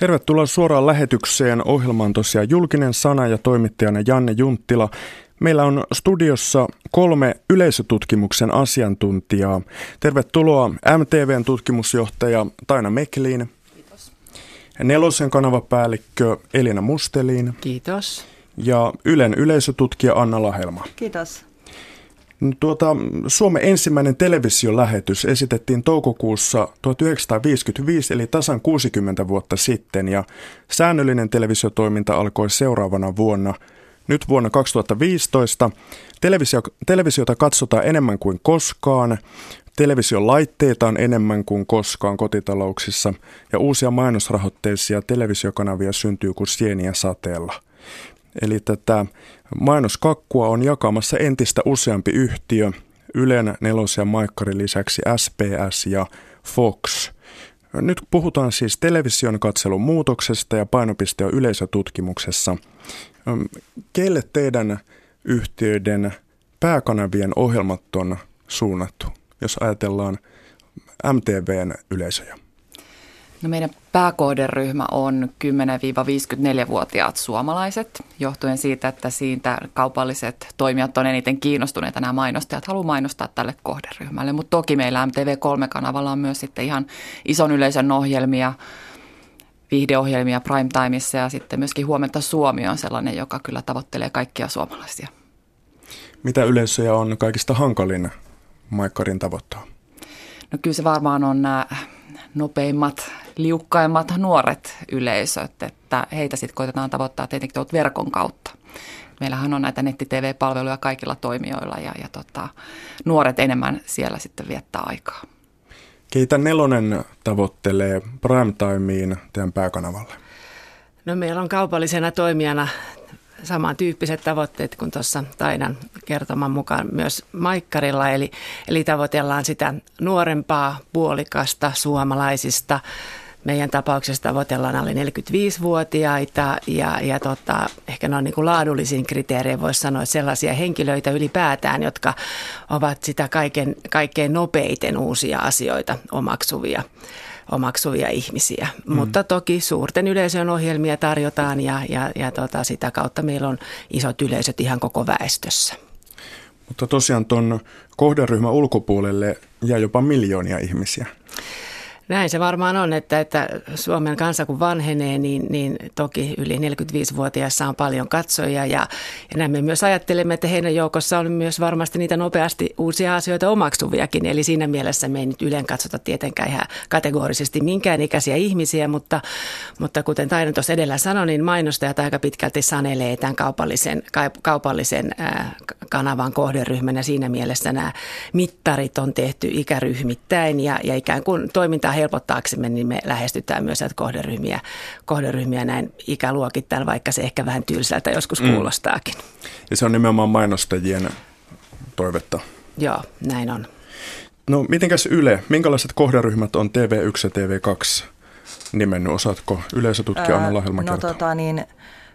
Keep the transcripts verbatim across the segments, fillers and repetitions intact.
Tervetuloa suoraan lähetykseen. Ohjelma on tosiaan Julkinen sana ja toimittajana Janne Junttila. Meillä on studiossa kolme yleisötutkimuksen asiantuntijaa. Tervetuloa M T V:n tutkimusjohtaja Taina Meklin. Kiitos. Nelosen kanavapäällikkö Elina Mustelin. Kiitos. Ja Ylen yleisötutkija Anna Lahelma. Kiitos. Tuota, Suomen ensimmäinen televisiolähetys esitettiin toukokuussa tuhatyhdeksänsataaviisikymmentäviisi, eli tasan kuusikymmentä vuotta sitten, ja säännöllinen televisiotoiminta alkoi seuraavana vuonna. Nyt vuonna kaksituhattaviisitoista televisio, televisiota katsotaan enemmän kuin koskaan, television laitteita on enemmän kuin koskaan kotitalouksissa, ja uusia mainosrahoitteisia televisiokanavia syntyy kuin sieniä sateella. Eli tätä mainoskakkua on jakamassa entistä useampi yhtiö, Ylen, Nelosen ja Maikkarin lisäksi S B S ja Fox. Nyt puhutaan siis television katselun muutoksesta ja painopiste on yleisötutkimuksessa. Keille teidän yhtiöiden pääkanavien ohjelmat on suunnattu, jos ajatellaan M T V:n yleisöjä? No meidän pääkohderyhmä on kymmenen-viisikymmentäneljä-vuotiaat suomalaiset, johtuen siitä, että siitä kaupalliset toimijat on eniten kiinnostuneita, nämä mainostajat haluaa mainostaa tälle kohderyhmälle. Mutta toki meillä M T V kolme -kanavalla on myös sitten ihan ison yleisön ohjelmia, viihdeohjelmia primetimeissa ja sitten myöskin Huomenta Suomi on sellainen, joka kyllä tavoittelee kaikkia suomalaisia. Mitä yleisöjä on kaikista hankalin Maikkarin tavoittaa? No kyllä se varmaan on nämä nopeimmat, liukkaimmat nuoret yleisöt, että heitä sitten koitetaan tavoittaa tietenkin tuolta verkon kautta. Meillähän on näitä netti-T V-palveluja kaikilla toimijoilla ja, ja tota, nuoret enemmän siellä sitten viettää aikaa. Keitä Nelonen tavoittelee primetimeen teidän pääkanavalle? No meillä on kaupallisena toimijana samantyyppiset tavoitteet kuin tuossa Tainan kertoman mukaan myös Maikkarilla. Eli, eli tavoitellaan sitä nuorempaa puolikasta suomalaisista. Meidän tapauksessa tavoitellaan alle neljäkymmentäviisivuotiaita ja, ja tota, ehkä noin niin kuin laadullisiin kriteerein voisi sanoa sellaisia henkilöitä ylipäätään, jotka ovat sitä kaiken, kaikkein nopeiten uusia asioita omaksuvia. omaksuvia ihmisiä, mm. mutta toki suurten yleisön ohjelmia tarjotaan ja, ja, ja tota, sitä kautta meillä on isot yleisöt ihan koko väestössä. Mutta tosiaan tuon kohderyhmän ulkopuolelle jää jopa miljoonia ihmisiä. Näin se varmaan on, että, että Suomen kansa kun vanhenee, niin, niin toki yli neljäkymmentäviisivuotiaissa on paljon katsojia ja, ja näin me myös ajattelemme, että heidän joukossa on myös varmasti niitä nopeasti uusia asioita omaksuviakin. Eli siinä mielessä me ei nyt Ylen katsota tietenkään ihan kategorisesti minkään ikäisiä ihmisiä, mutta, mutta kuten Taina tuossa edellä sanoi, niin mainostajat aika pitkälti sanelee tämän kaupallisen, kaupallisen ää, kanavan kohderyhmän ja siinä mielessä nämä mittarit on tehty ikäryhmittäin ja, ja ikään kuin toimintaa helpottaaksemme, niin me lähestytään myös näitä kohderyhmiä, kohderyhmiä näin ikäluokittain, vaikka se ehkä vähän tylsältä joskus mm. kuulostaakin. Ja se on nimenomaan mainostajien toivetta. Joo, näin on. No mitenkäs Yle, minkälaiset kohderyhmät on T V yksi ja T V kaksi nimennyt? Osaatko yleisötutkija Anna Lahelma kertoa? No tota niin,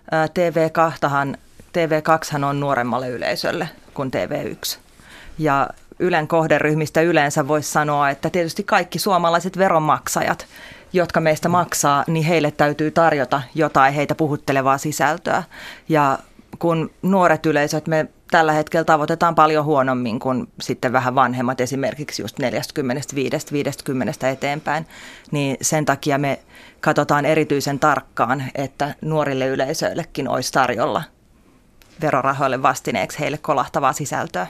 T V kaksi T V kaksi on nuoremmalle yleisölle kuin T V yksi. Ja Ylen kohderyhmistä yleensä voisi sanoa, että tietysti kaikki suomalaiset veronmaksajat, jotka meistä maksaa, niin heille täytyy tarjota jotain heitä puhuttelevaa sisältöä. Ja kun nuoret yleisöt me tällä hetkellä tavoitetaan paljon huonommin kuin sitten vähän vanhemmat, esimerkiksi just neljäkymmentäviisi viisikymmentä eteenpäin, niin sen takia me katsotaan erityisen tarkkaan, että nuorille yleisöillekin olisi tarjolla verorahoille vastineeksi heille kolahtavaa sisältöä.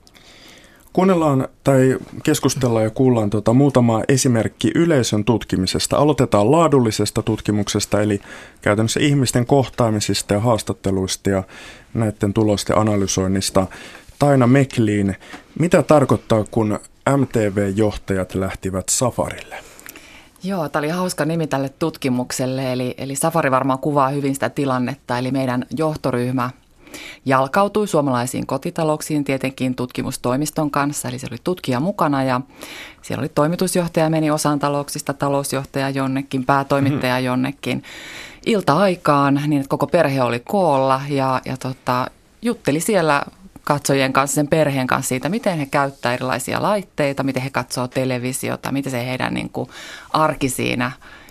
Kuunnellaan tai keskustellaan ja kuullaan tuota muutama esimerkki yleisön tutkimisesta. Aloitetaan laadullisesta tutkimuksesta, eli käytännössä ihmisten kohtaamisista ja haastatteluista ja näiden tulosten analysoinnista. Taina Meklin, mitä tarkoittaa, kun M T V-johtajat lähtivät safarille? Joo, tämä oli hauska nimi tälle tutkimukselle, eli, eli safari varmaan kuvaa hyvin sitä tilannetta, eli meidän johtoryhmä jalkautui suomalaisiin kotitalouksiin tietenkin tutkimustoimiston kanssa, eli siellä oli tutkija mukana ja siellä oli toimitusjohtaja meni osaan talouksista, talousjohtaja jonnekin, päätoimittaja jonnekin ilta-aikaan, niin että koko perhe oli koolla ja, ja tota, jutteli siellä katsojien kanssa, sen perheen kanssa siitä, miten he käyttää erilaisia laitteita, miten he katsoo televisiota, miten se heidän niin kuin arki siinä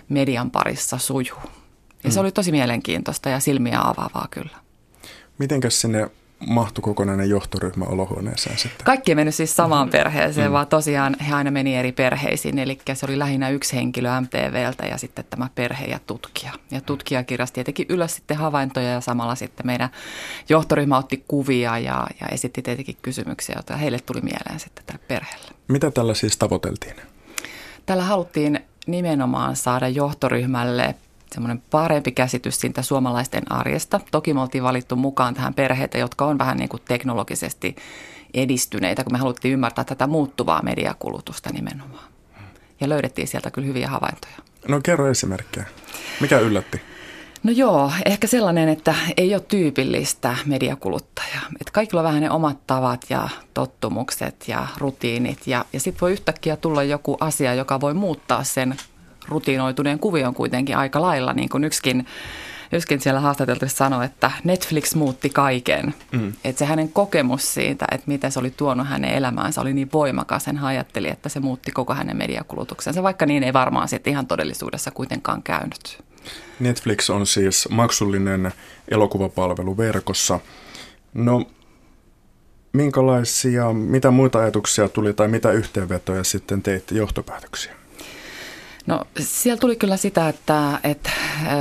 median parissa sujuu. Ja mm. se oli tosi mielenkiintoista ja silmiä avaavaa kyllä. Mitenkäs sinne mahtui kokonainen johtoryhmä olohuoneeseen sitten? Kaikki ei mennyt siis samaan perheeseen, mm. vaan tosiaan he aina meni eri perheisiin. Eli se oli lähinnä yksi henkilö M T V:ltä ja sitten tämä perhe ja tutkija. Ja tutkija kirjasi tietenkin ylös sitten havaintoja ja samalla sitten meidän johtoryhmä otti kuvia ja, ja esitti tietenkin kysymyksiä, joita heille tuli mieleen sitten tälle perheelle. Mitä tällä siis tavoiteltiin? Tällä haluttiin nimenomaan saada johtoryhmälle semmoinen parempi käsitys siitä suomalaisten arjesta. Toki me oltiin valittu mukaan tähän perheitä, jotka on vähän niin kuin teknologisesti edistyneitä, kun me haluttiin ymmärtää tätä muuttuvaa mediakulutusta nimenomaan. Ja löydettiin sieltä kyllä hyviä havaintoja. No kerro esimerkkejä. Mikä yllätti? No joo, ehkä sellainen, että ei ole tyypillistä mediakuluttajaa. Että kaikilla on vähän ne omat tavat ja tottumukset ja rutiinit. Ja, ja sitten voi yhtäkkiä tulla joku asia, joka voi muuttaa sen rutiinoituneen kuvion kuitenkin aika lailla. Niin kuin yksikin, yksikin siellä haastateltavissa sanoi, että Netflix muutti kaiken. Mm. Että se hänen kokemus siitä, että mitä se oli tuonut hänen elämäänsä, oli niin voimakas. Hän ajatteli, että se muutti koko hänen mediakulutuksensa, vaikka niin ei varmaan sitten ihan todellisuudessa kuitenkaan käynyt. Netflix on siis maksullinen elokuvapalvelu verkossa. No, minkälaisia, mitä muita ajatuksia tuli tai mitä yhteenvetoja sitten teitte johtopäätöksiä? No siellä tuli kyllä sitä, että, että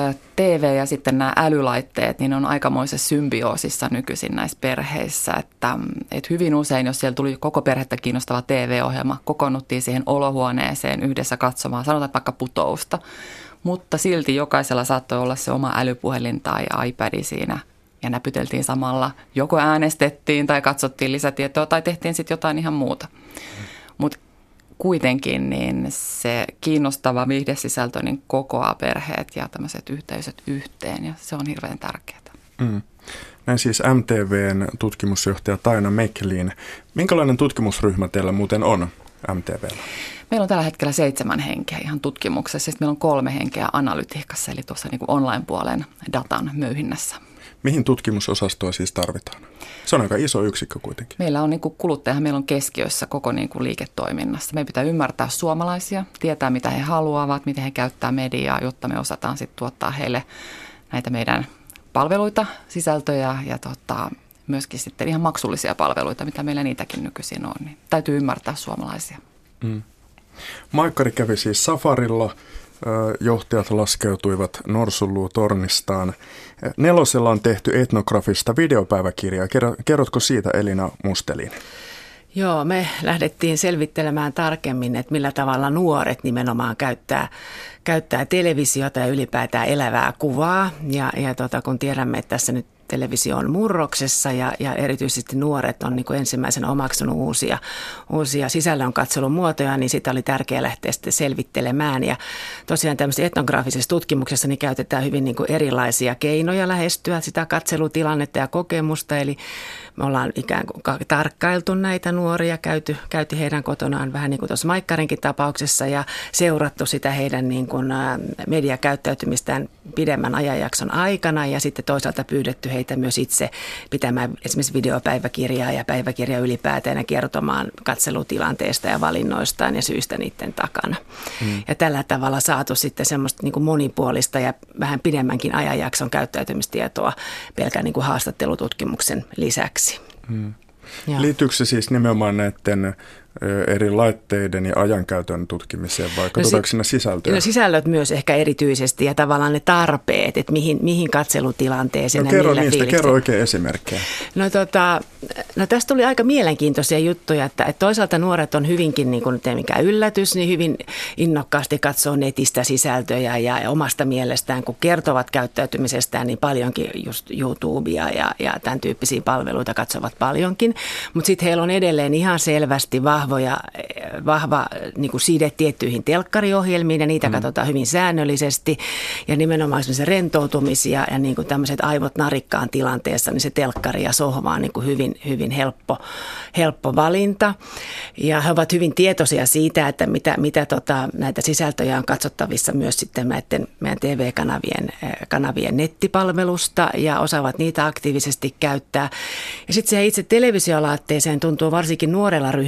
T V ja sitten nämä älylaitteet niin on aikamoisessa symbioosissa nykyisin näissä perheissä. Että, että hyvin usein, jos siellä tuli koko perhettä kiinnostava T V-ohjelma, kokoonnuttiin siihen olohuoneeseen yhdessä katsomaan, sanotaan vaikka Putousta. Mutta silti jokaisella saattoi olla se oma älypuhelin tai iPad siinä ja näpyteltiin samalla. Joko äänestettiin tai katsottiin lisätietoa tai tehtiin sitten jotain ihan muuta. Mutta kuitenkin niin se kiinnostava viihdesisältö niin kokoaa perheet ja tämmöiset yhteisöt yhteen ja se on hirveän tärkeää. Mm. Näin siis M T V:n tutkimusjohtaja Taina Meckelin. Minkälainen tutkimusryhmä teillä muuten on M T V:llä? Meillä on tällä hetkellä seitsemän henkeä ihan tutkimuksessa. Sitten meillä on kolme henkeä analytiikassa, eli tuossa niin kuin online-puolen datan möyhinnässä. Mihin tutkimusosastoa siis tarvitaan? Se on aika iso yksikkö kuitenkin. Meillä on niin kuin kuluttaja, meillä on keskiössä koko niin kuin liiketoiminnassa. Meidän pitää ymmärtää suomalaisia, tietää mitä he haluavat, miten he käyttää mediaa, jotta me osataan sitten tuottaa heille näitä meidän palveluita, sisältöjä ja tota, myöskin sitten ihan maksullisia palveluita, mitä meillä niitäkin nykyisin on. Niin täytyy ymmärtää suomalaisia. Mm. Maikkari kävi siis safarilla, johtajat laskeutuivat Norsunluutornistaan. Nelosella on tehty etnografista videopäiväkirjaa. Kerrotko siitä, Elina Mustelin? Joo, me lähdettiin selvittelemään tarkemmin, että millä tavalla nuoret nimenomaan käyttää, käyttää televisiota ja ylipäätään elävää kuvaa. Ja, ja tota, kun tiedämme, että tässä nyt televisio on murroksessa ja, ja erityisesti nuoret on niin kuin ensimmäisenä omaksunut uusia, uusia sisällön katselun muotoja, niin sitä oli tärkeää lähteä sitten selvittelemään. Ja tosiaan tämmöisessä etnografisessa tutkimuksessa niin käytetään hyvin niin kuin erilaisia keinoja lähestyä sitä katselutilannetta ja kokemusta. Eli me ollaan ikään kuin tarkkailtu näitä nuoria, käyty, käyty heidän kotonaan vähän niin kuin tuossa Maikkarinkin tapauksessa ja seurattu sitä heidän niin kuin mediakäyttäytymistään pidemmän ajanjakson aikana ja sitten toisaalta pyydetty heitä myös itse pitämään esimerkiksi videopäiväkirjaa ja päiväkirjaa ylipäätään ja kertomaan katselutilanteesta ja valinnoistaan ja syistä niiden takana. Hmm. Ja tällä tavalla saatu sitten semmoista niin kuin monipuolista ja vähän pidemmänkin ajanjakson käyttäytymistietoa pelkän niin kuin haastattelututkimuksen lisäksi. Hmm. Liittyykö se siis nimenomaan näiden eri laitteiden ja ajankäytön tutkimiseen vai katsotaanko no, siinä sisältöä? No sisällöt myös ehkä erityisesti ja tavallaan ne tarpeet, että mihin, mihin katselutilanteeseen no, ja kerro millä niistä, fiiliksellä. Kerro oikein esimerkkejä. No, tota, no tästä tuli aika mielenkiintoisia juttuja, että, että toisaalta nuoret on hyvinkin, niin kuin nyt ei mikään yllätys, niin hyvin innokkaasti katsoo netistä sisältöjä ja, ja omasta mielestään, kun kertovat käyttäytymisestään, niin paljonkin just YouTubea ja, ja tämän tyyppisiä palveluita katsovat paljonkin, mutta sitten heillä on edelleen ihan selvästi vahva Vahvoja, vahva niin kuin side tiettyihin telkkariohjelmiin ja niitä mm. katsotaan hyvin säännöllisesti ja nimenomaan se rentoutumisia ja niin kuin tämmöiset aivot narikkaan tilanteessa, niin se telkkari ja sohva on niin kuin hyvin, hyvin helppo, helppo valinta ja he ovat hyvin tietoisia siitä, että mitä, mitä tota, näitä sisältöjä on katsottavissa myös sitten näiden meidän T V-kanavien kanavien nettipalvelusta ja osaavat niitä aktiivisesti käyttää ja sitten se itse televisiolaatteeseen tuntuu varsinkin nuorella ryhmällä olevan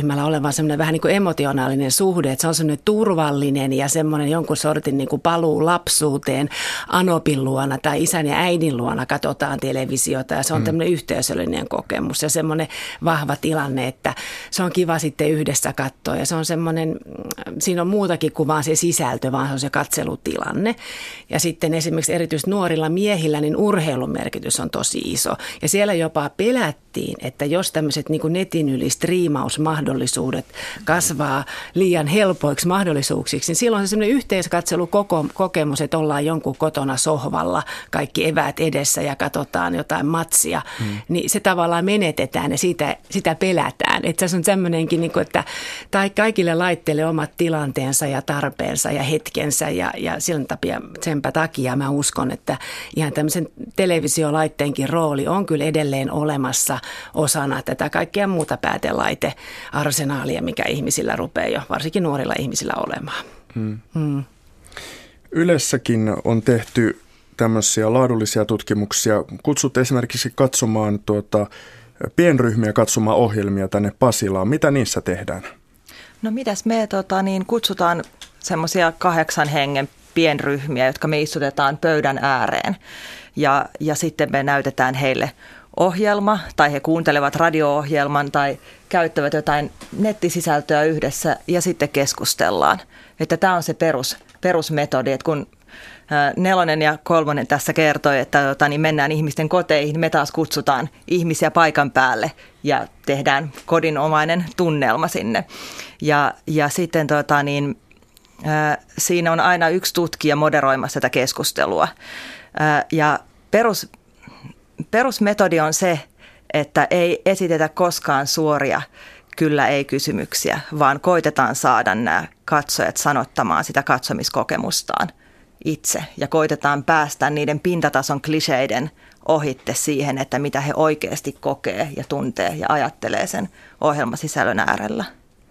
luova semmoinen vähän niin kuin emotionaalinen suhde, että se on semmoinen turvallinen ja semmoinen jonkun sortin niin kuin paluu lapsuuteen Anopin luona tai isän ja äidin luona katsotaan televisiota ja se on mm. tämmöinen yhteisöllinen kokemus ja semmoinen vahva tilanne, että se on kiva sitten yhdessä katsoa ja se on semmoinen, siinä on muutakin kuin vaan se sisältö, vaan se on se katselutilanne. Ja sitten esimerkiksi erityisesti nuorilla miehillä niin urheilun merkitys on tosi iso ja siellä jopa pelättiin, että jos tämmöiset niin kuin netin yli striimausmahdollisuudet kasvaa liian helpoiksi mahdollisuuksiksi, niin silloin se semmoinen yhteiskatselukokemus, että ollaan jonkun kotona sohvalla, kaikki eväät edessä ja katsotaan jotain matsia, hmm. niin se tavallaan menetetään ja siitä, sitä pelätään. Että se on semmoinenkin, niin kuin, että tai kaikille laitteille omat tilanteensa ja tarpeensa ja hetkensä ja, ja sen takia, senpä takia mä uskon, että ihan tämmöisen televisiolaitteenkin rooli on kyllä edelleen olemassa osana tätä kaikkea muuta päätelaitearsenaalia, mikä ihmisillä rupeaa jo, varsinkin nuorilla ihmisillä olemaan. Hmm. Hmm. Ylessäkin on tehty tämmöisiä laadullisia tutkimuksia. Kutsut esimerkiksi katsomaan tuota, pienryhmiä katsomaan ohjelmia tänne Pasilaan. Mitä niissä tehdään? No mitäs me tota, niin kutsutaan semmoisia kahdeksan hengen pienryhmiä, jotka me istutetaan pöydän ääreen. Ja, ja sitten me näytetään heille ohjelma tai he kuuntelevat radio-ohjelman tai käyttävät jotain nettisisältöä yhdessä ja sitten keskustellaan. Että tämä on se perus, perusmetodi, että kun nelonen ja kolmonen tässä kertoi, että tota, niin mennään ihmisten koteihin, me taas kutsutaan ihmisiä paikan päälle ja tehdään kodinomainen tunnelma sinne. Ja, ja sitten tota, niin, ää, siinä on aina yksi tutkija moderoimassa tätä keskustelua. Ää, ja perus, perusmetodi on se, että ei esitetä koskaan suoria kyllä ei kysymyksiä, vaan koitetaan saada nämä katsojat sanottamaan sitä katsomiskokemustaan itse ja koitetaan päästä niiden pintatason kliseiden ohitte siihen, että mitä he oikeasti kokee ja tuntee ja ajattelee sen ohjelmasisällön äärellä.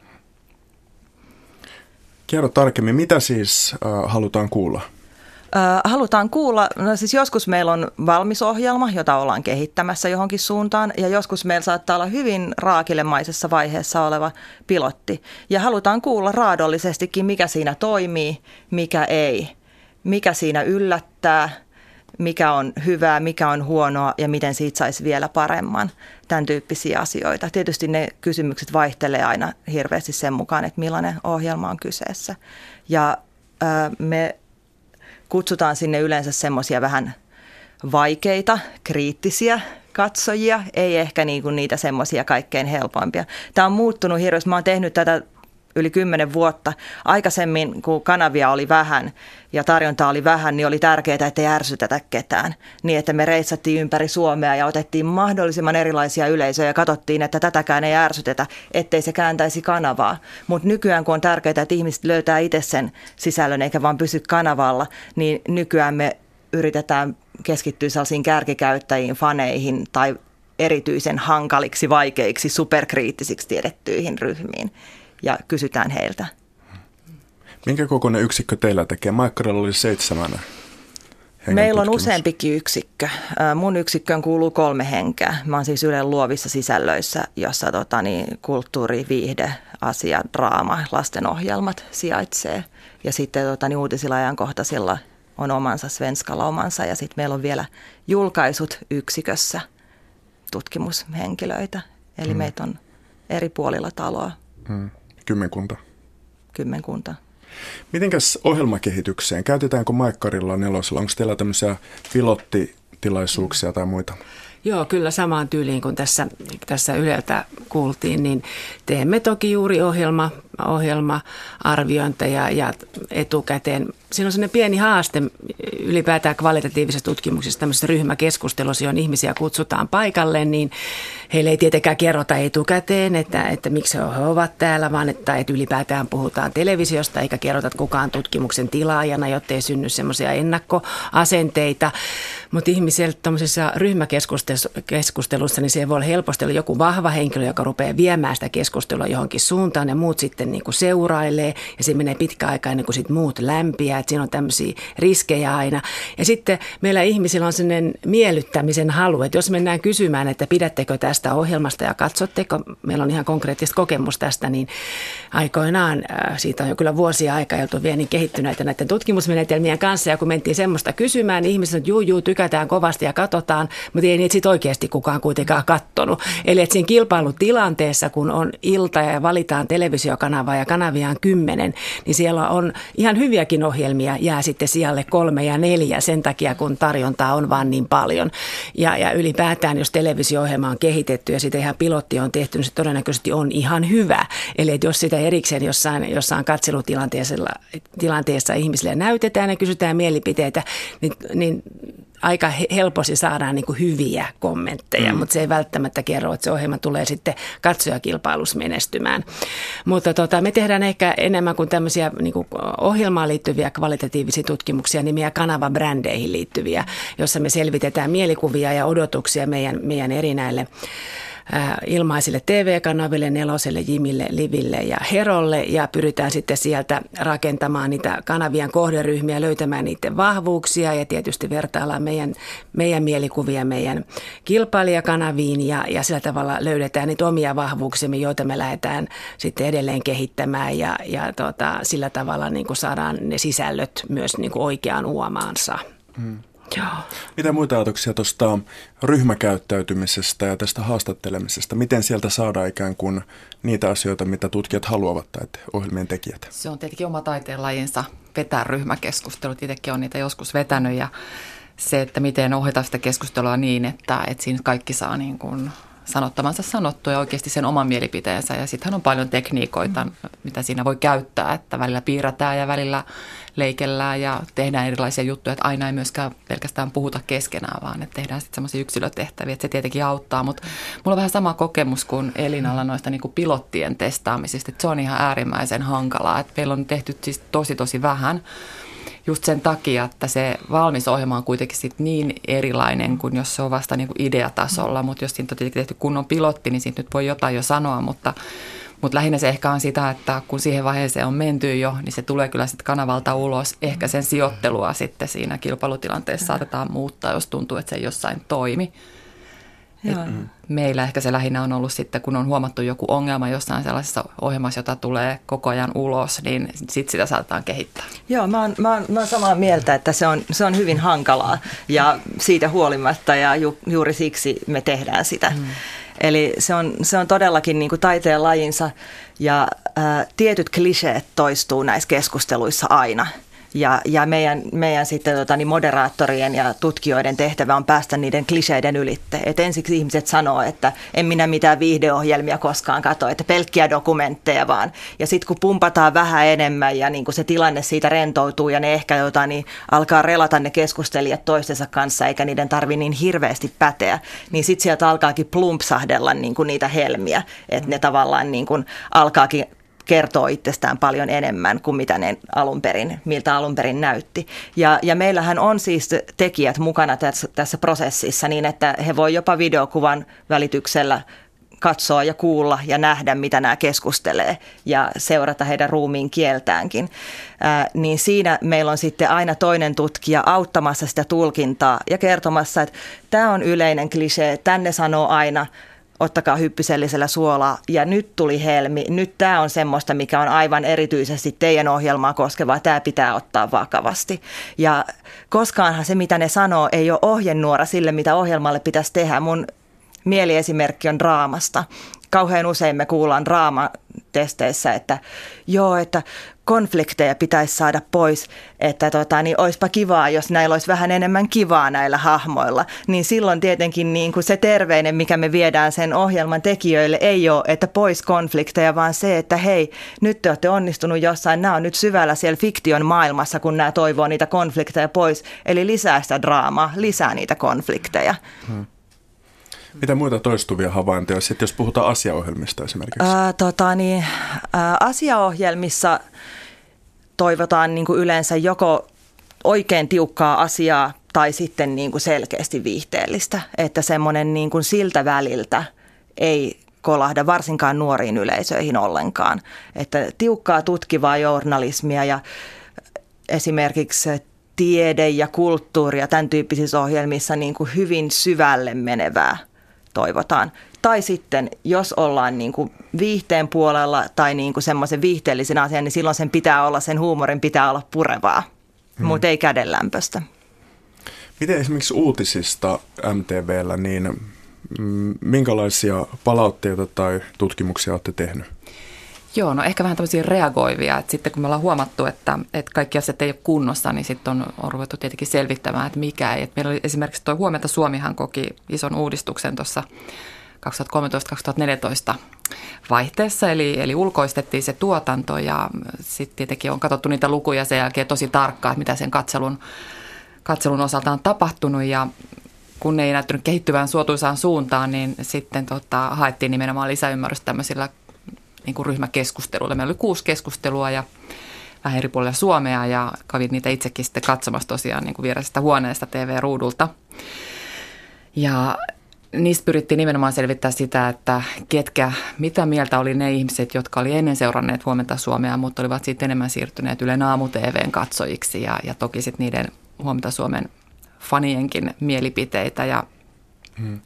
Kerro tarkemmin, mitä siis äh, halutaan kuulla? Halutaan kuulla, no siis joskus meillä on valmis ohjelma, jota ollaan kehittämässä johonkin suuntaan ja joskus meillä saattaa olla hyvin raakilemaisessa vaiheessa oleva pilotti. Ja halutaan kuulla raadollisestikin, mikä siinä toimii, mikä ei, mikä siinä yllättää, mikä on hyvää, mikä on huonoa ja miten siitä saisi vielä paremman, tämän tyyppisiä asioita. Tietysti ne kysymykset vaihtelee aina hirveästi sen mukaan, että millainen ohjelma on kyseessä. Ja äh, me kutsutaan sinne yleensä semmoisia vähän vaikeita, kriittisiä katsojia, ei ehkä niinku niitä semmoisia kaikkein helpoimpia. Tämä on muuttunut hirveästi. Mä oon tehnyt tätä yli kymmenen vuotta. Aikaisemmin, kun kanavia oli vähän ja tarjontaa oli vähän, niin oli tärkeää, että ei ärsytetä ketään. Niin, että me reissattiin ympäri Suomea ja otettiin mahdollisimman erilaisia yleisöjä ja katsottiin, että tätäkään ei ärsytetä, ettei se kääntäisi kanavaa. Mutta nykyään, kun on tärkeää, että ihmiset löytää itse sen sisällön eikä vaan pysy kanavalla, niin nykyään me yritetään keskittyä sellaisiin kärkikäyttäjiin, faneihin tai erityisen hankaliksi, vaikeiksi, superkriittisiksi tiedettyihin ryhmiin. Ja kysytään heiltä. Minkä kokoinen yksikkö teillä tekee? Maikkarilla oli seitsemän hengen Meillä on tutkimus. useampikin yksikkö. Mun yksikköön kuuluu kolme henkeä. Mä oon siis Ylen luovissa sisällöissä, jossa tota, niin, kulttuuri, viihde, asia, draama, lastenohjelmat sijaitsee. Ja sitten tota, niin, uutisilla ajankohtaisilla on omansa, Svenskalla omansa. Ja sitten meillä on vielä julkaisut yksikössä tutkimushenkilöitä. Eli hmm. meitä on eri puolilla taloa. Hmm. Kymmenkunta. Kymmenkunta. Mitenkäs ohjelmakehitykseen? Käytetäänkö Maikkarilla nelosella? Onko teillä tämmöisiä pilottitilaisuuksia tai muita? Joo, kyllä samaan tyyliin kuin tässä, tässä Yleltä kuultiin, niin teemme toki juuri ohjelma, ohjelma-arviointeja ja etukäteen. Siinä on sellainen pieni haaste ylipäätään kvalitatiivisessa tutkimuksessa, tämmöisessä ryhmäkeskustelussa, johon ihmisiä kutsutaan paikalle, niin heille ei tietenkään kerrota etukäteen, että, että miksi he ovat täällä, vaan että, että ylipäätään puhutaan televisiosta, eikä kerrota, että kuka on tutkimuksen tilaajana, jotta ei synny semmoisia ennakkoasenteita. Mutta ihmisillä tämmöisessä ryhmäkeskustelussa, niin se voi olla helposti olla joku vahva henkilö, joka rupeaa viemään sitä keskustelua johonkin suuntaan ja muut sitten niin kuin seurailee ja se menee pitkä aika ennen kuin sit muut lämpiää. Et siinä on tämmöisiä riskejä aina. aina. Ja sitten meillä ihmisillä on sellainen miellyttämisen halu, että jos mennään kysymään, että pidättekö tästä ohjelmasta ja katsotteko, meillä on ihan konkreettista kokemus tästä, niin aikoinaan, siitä on jo kyllä vuosia aikaa, jolta on vielä niin kehittyneitä näiden tutkimusmenetelmien kanssa, ja kun mentiin semmoista kysymään, niin ihmiset, että juu, juu, tykätään kovasti ja katsotaan, mutta ei niitä sitten oikeasti kukaan kuitenkaan kattonut. Eli että siinä kilpailutilanteessa, kun on ilta ja valitaan televisiokanavaa ja kanavia on kymmenen, niin siellä on ihan hyviäkin ohjelmia, jää sitten sijalle kolme ja neljä sen takia, kun tarjontaa on vaan niin paljon. Ja, ja ylipäätään, jos televisio-ohjelma on kehitetty ja sitä ihan pilotti on tehty, niin se todennäköisesti on ihan hyvä. Eli että jos sitä erikseen jossain, jossain katselutilanteessa ihmisille näytetään ja kysytään mielipiteitä, niin, niin aika helposti saadaan niin kuin hyviä kommentteja, mm. mutta se ei välttämättä kerro, että se ohjelma tulee sitten katsojakilpailussa menestymään. Mutta tota, me tehdään ehkä enemmän kuin tämmöisiä niin kuin ohjelmaan liittyviä kvalitatiivisia tutkimuksia, niin meidän kanavabrändeihin liittyviä, jossa me selvitetään mielikuvia ja odotuksia meidän, meidän eri näille ilmaisille T V-kanaville, Neloselle, Jimille, Liville ja Herolle ja pyritään sitten sieltä rakentamaan niitä kanavien kohderyhmiä, löytämään niiden vahvuuksia ja tietysti vertaillaan meidän, meidän mielikuvia meidän kilpailijakanaviin ja, ja sillä tavalla löydetään niitä omia vahvuuksia, joita me lähdetään sitten edelleen kehittämään ja, ja tota, sillä tavalla niin kuin saadaan ne sisällöt myös niin kuin oikeaan uomaansa. Hmm. Joo. Mitä muita ajatuksia tuosta ryhmäkäyttäytymisestä ja tästä haastattelemisesta? Miten sieltä saadaan ikään kuin niitä asioita, mitä tutkijat haluavat tai ohjelmien tekijät? Se on tietenkin oma taiteenlajinsa vetää ryhmäkeskustelut. Itsekin olen niitä joskus vetänyt ja se, että miten ohjata sitä keskustelua niin, että, että siinä kaikki saa niin kuin sanottamansa sanottua ja oikeasti sen oman mielipiteensä. Ja sittenhän on paljon tekniikoita, mitä siinä voi käyttää, että välillä piirretään ja välillä leikellään ja tehdään erilaisia juttuja, että aina ei myöskään pelkästään puhuta keskenään, vaan että tehdään sitten semmoisia yksilötehtäviä, että se tietenkin auttaa. Mutta mulla on vähän sama kokemus kuin Elinalla noista niin kuin pilottien testaamisista, että se on ihan äärimmäisen hankalaa, että meillä on tehty siis tosi tosi vähän. Just sen takia, että se valmis ohjelma on kuitenkin sit niin erilainen kuin jos se on vasta niin kuin ideatasolla, mutta jos siitä on tietenkin tehty kunnon pilotti, niin siitä nyt voi jotain jo sanoa, mutta, mutta lähinnä se ehkä on sitä, että kun siihen vaiheeseen on menty jo, niin se tulee kyllä sitten kanavalta ulos. Ehkä sen sijoittelua sitten siinä kilpailutilanteessa saatetaan muuttaa, jos tuntuu, että se ei jossain toimi. Meillä ehkä se lähinnä on ollut sitten, kun on huomattu joku ongelma jossain sellaisessa ohjelmassa, jota tulee koko ajan ulos, niin sitten sitä saatetaan kehittää. Joo, mä oon, mä oon, mä oon samaa mieltä, että se on, se on hyvin hankalaa ja siitä huolimatta ja ju, juuri siksi me tehdään sitä. Mm. Eli se on, se on todellakin niin kuin taiteen lajinsa ja ää, tietyt kliseet toistuu näissä keskusteluissa aina. Ja, ja meidän, meidän sitten tota, niin moderaattorien ja tutkijoiden tehtävä on päästä niiden kliseiden ylitte. Et ensiksi ihmiset sanoo, että en minä mitään viihdeohjelmia koskaan katso, että pelkkiä dokumentteja vaan. Ja sitten kun pumpataan vähän enemmän ja niin kun se tilanne siitä rentoutuu ja ne ehkä jota, niin alkaa relata ne keskustelijat toistensa kanssa eikä niiden tarvi niin hirveästi päteä, niin sitten sieltä alkaakin plumpsahdella niin kun niitä helmiä, että ne tavallaan niin kun alkaakin kertoo itsestään paljon enemmän kuin mitä ne alun perin, miltä alun perin näytti. Ja, ja meillähän on siis tekijät mukana tässä, tässä prosessissa niin, että he voi jopa videokuvan välityksellä katsoa ja kuulla ja nähdä, mitä nämä keskustelee ja seurata heidän ruumiin kieltäänkin. Ää, niin siinä meillä on sitten aina toinen tutkija auttamassa sitä tulkintaa ja kertomassa, että tämä on yleinen klisee, tänne sanoo aina, ottakaa hyppysellisellä suolaa ja nyt tuli helmi, nyt tämä on semmoista, mikä on aivan erityisesti teidän ohjelmaa koskevaa, tämä pitää ottaa vakavasti. Ja koskaanhan se, mitä ne sanoo, ei ole ohjenuora sille, mitä ohjelmalle pitäisi tehdä. Mun mieliesimerkki on draamasta. Kauhean usein me kuullaan draamatesteissä, että joo, että konflikteja pitäisi saada pois, että tota, niin olisipa kivaa, jos näillä olisi vähän enemmän kivaa näillä hahmoilla. Niin silloin tietenkin niin kuin se terveinen, mikä me viedään sen ohjelman tekijöille, ei ole, että pois konflikteja, vaan se, että hei, nyt te olette onnistunut jossain, nämä on nyt syvällä siellä fiktion maailmassa, kun nämä toivoo niitä konflikteja pois. Eli lisää sitä draamaa, lisää niitä konflikteja. Hmm. Mitä muita toistuvia havaintoja, sitten jos puhutaan asiaohjelmista esimerkiksi? Ää, tota, niin, ää, asiaohjelmissa toivotaan niin kuin yleensä joko oikein tiukkaa asiaa tai sitten niin kuin selkeästi viihteellistä, että semmoinen niin kuin siltä väliltä ei kolahda varsinkaan nuoriin yleisöihin ollenkaan. Että tiukkaa tutkivaa journalismia ja esimerkiksi tiede ja kulttuuri ja tämän tyyppisissä ohjelmissa niin kuin hyvin syvälle menevää toivotaan. Tai sitten, jos ollaan niin kuin viihteen puolella tai niin kuin semmoisen viihteellisen asian, niin silloin sen pitää olla, sen huumorin pitää olla purevaa, hmm. mutta ei kädenlämpöstä. Miten esimerkiksi uutisista M T V:llä, niin minkälaisia palautteita tai tutkimuksia olette tehnyt? Joo, no ehkä vähän tämmöisiä reagoivia, että sitten kun me ollaan huomattu, että, että kaikki asiat ei ole kunnossa, niin sitten on, on ruvettu tietenkin selvittämään, että mikä ei. Että meillä oli esimerkiksi tuo Huomenta Suomihan koki ison uudistuksen tuossa kaksituhattakolmetoista kaksituhattaneljätoista vaihteessa, eli, eli ulkoistettiin se tuotanto ja sitten tietenkin on katsottu niitä lukuja sen jälkeen tosi tarkkaan, että mitä sen katselun, katselun osalta on tapahtunut ja kun ne ei näyttänyt kehittyvään suotuisaan suuntaan, niin sitten tota, haettiin nimenomaan lisäymmärrystä tämmöisillä niin kuin ryhmäkeskusteluilla. Meillä oli kuusi keskustelua ja vähän eri puolilla Suomea ja kävin niitä itsekin sitten katsomassa tosiaan niin kuin viereisestä huoneesta T V-ruudulta. Ja niistä pyrittiin nimenomaan selvittää sitä, että ketkä, mitä mieltä oli ne ihmiset, jotka oli ennen seuranneet Huomenta Suomea, mutta olivat sitten enemmän siirtyneet Ylen aamu-T V:n katsojiksi ja, ja toki sitten niiden Huomenta Suomen fanienkin mielipiteitä ja, hmm.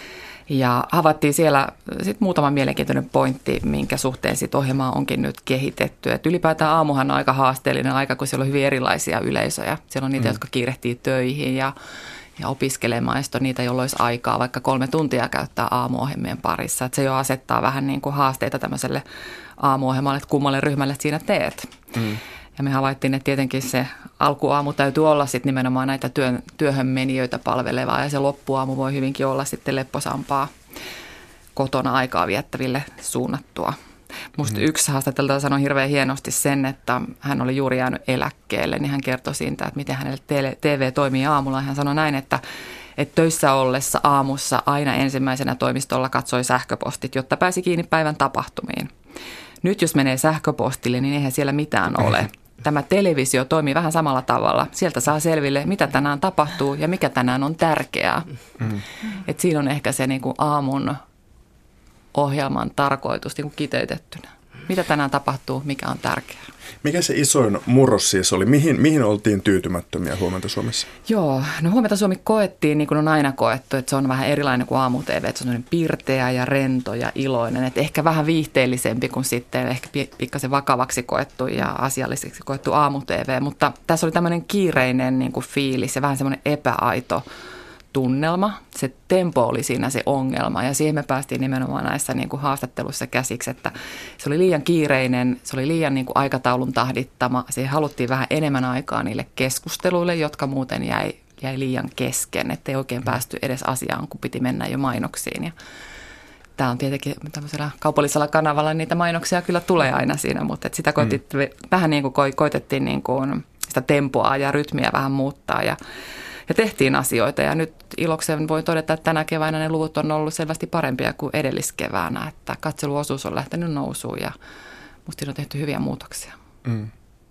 ja havaittiin siellä sitten muutama mielenkiintoinen pointti, minkä suhteen sitten ohjelmaa onkin nyt kehitetty. Et ylipäätään aamuhan on aika haasteellinen aika, kun siellä on hyvin erilaisia yleisöjä. Siellä on niitä, hmm. jotka kiirehtii töihin ja, ja opiskelemaan, ja sitten on niitä, joilla olisi aikaa vaikka kolme tuntia käyttää aamuohjelmien parissa. Et se jo asettaa vähän niin kuin haasteita tämmöiselle aamuohjelmalle, että kummalle ryhmälle siinä teet. Hmm. Ja me havaittiin, että tietenkin se alkuaamu täytyy olla sitten nimenomaan näitä työn, työhön menijöitä palvelevaa ja se loppuaamu voi hyvinkin olla sitten lepposampaa kotona aikaa viettäville suunnattua. Musta mm. yksi haastateltava sanoi hirveän hienosti sen, että hän oli juuri jäänyt eläkkeelle, niin hän kertoi siitä, että miten hänelle T V toimii aamulla. Hän sanoi näin, että, että töissä ollessa aamussa aina ensimmäisenä toimistolla katsoi sähköpostit, jotta pääsi kiinni päivän tapahtumiin. Nyt jos menee sähköpostille, niin eihän siellä mitään ole. Tämä televisio toimii vähän samalla tavalla. Sieltä saa selville, mitä tänään tapahtuu ja mikä tänään on tärkeää. Mm. Et siinä on ehkä se niin kuin aamun ohjelman tarkoitus niin kuin kiteytettynä. Mitä tänään tapahtuu, mikä on tärkeää. Mikä se isoin murros siis oli? Mihin, mihin oltiin tyytymättömiä Huomenta Suomessa? Joo, no Huomenta Suomi koettiin, niin kuin on aina koettu, että se on vähän erilainen kuin aamu-T V, että se on pirteä ja rento ja iloinen, että ehkä vähän viihteellisempi kuin sitten ehkä pikkasen vakavaksi koettu ja asialliseksi koettu aamu-T V, mutta tässä oli tämmöinen kiireinen niin kuin fiilis ja vähän semmoinen epäaito tunnelma. Se tempo oli siinä se ongelma ja siihen me päästiin nimenomaan näissä niin kuin haastatteluissa käsiksi, että se oli liian kiireinen, se oli liian niin kuin aikataulun tahdittama. Siihen haluttiin vähän enemmän aikaa niille keskusteluille, jotka muuten jäi, jäi liian kesken, ettei oikein päästy edes asiaan, kun piti mennä jo mainoksiin. Ja tämä on tietenkin tämmöisellä kaupallisella kanavalla, niitä mainoksia kyllä tulee aina siinä, mutta sitä koitit, mm. vähän niin kuin koitettiin niin kuin sitä tempoa ja rytmiä vähän muuttaa ja Ja tehtiin asioita ja nyt ilokseen voi todeta, että tänä keväänä ne luvut on ollut selvästi parempia kuin edelliskeväänä. Että katseluosuus on lähtenyt nousuun ja musta on tehty hyviä muutoksia. Mm.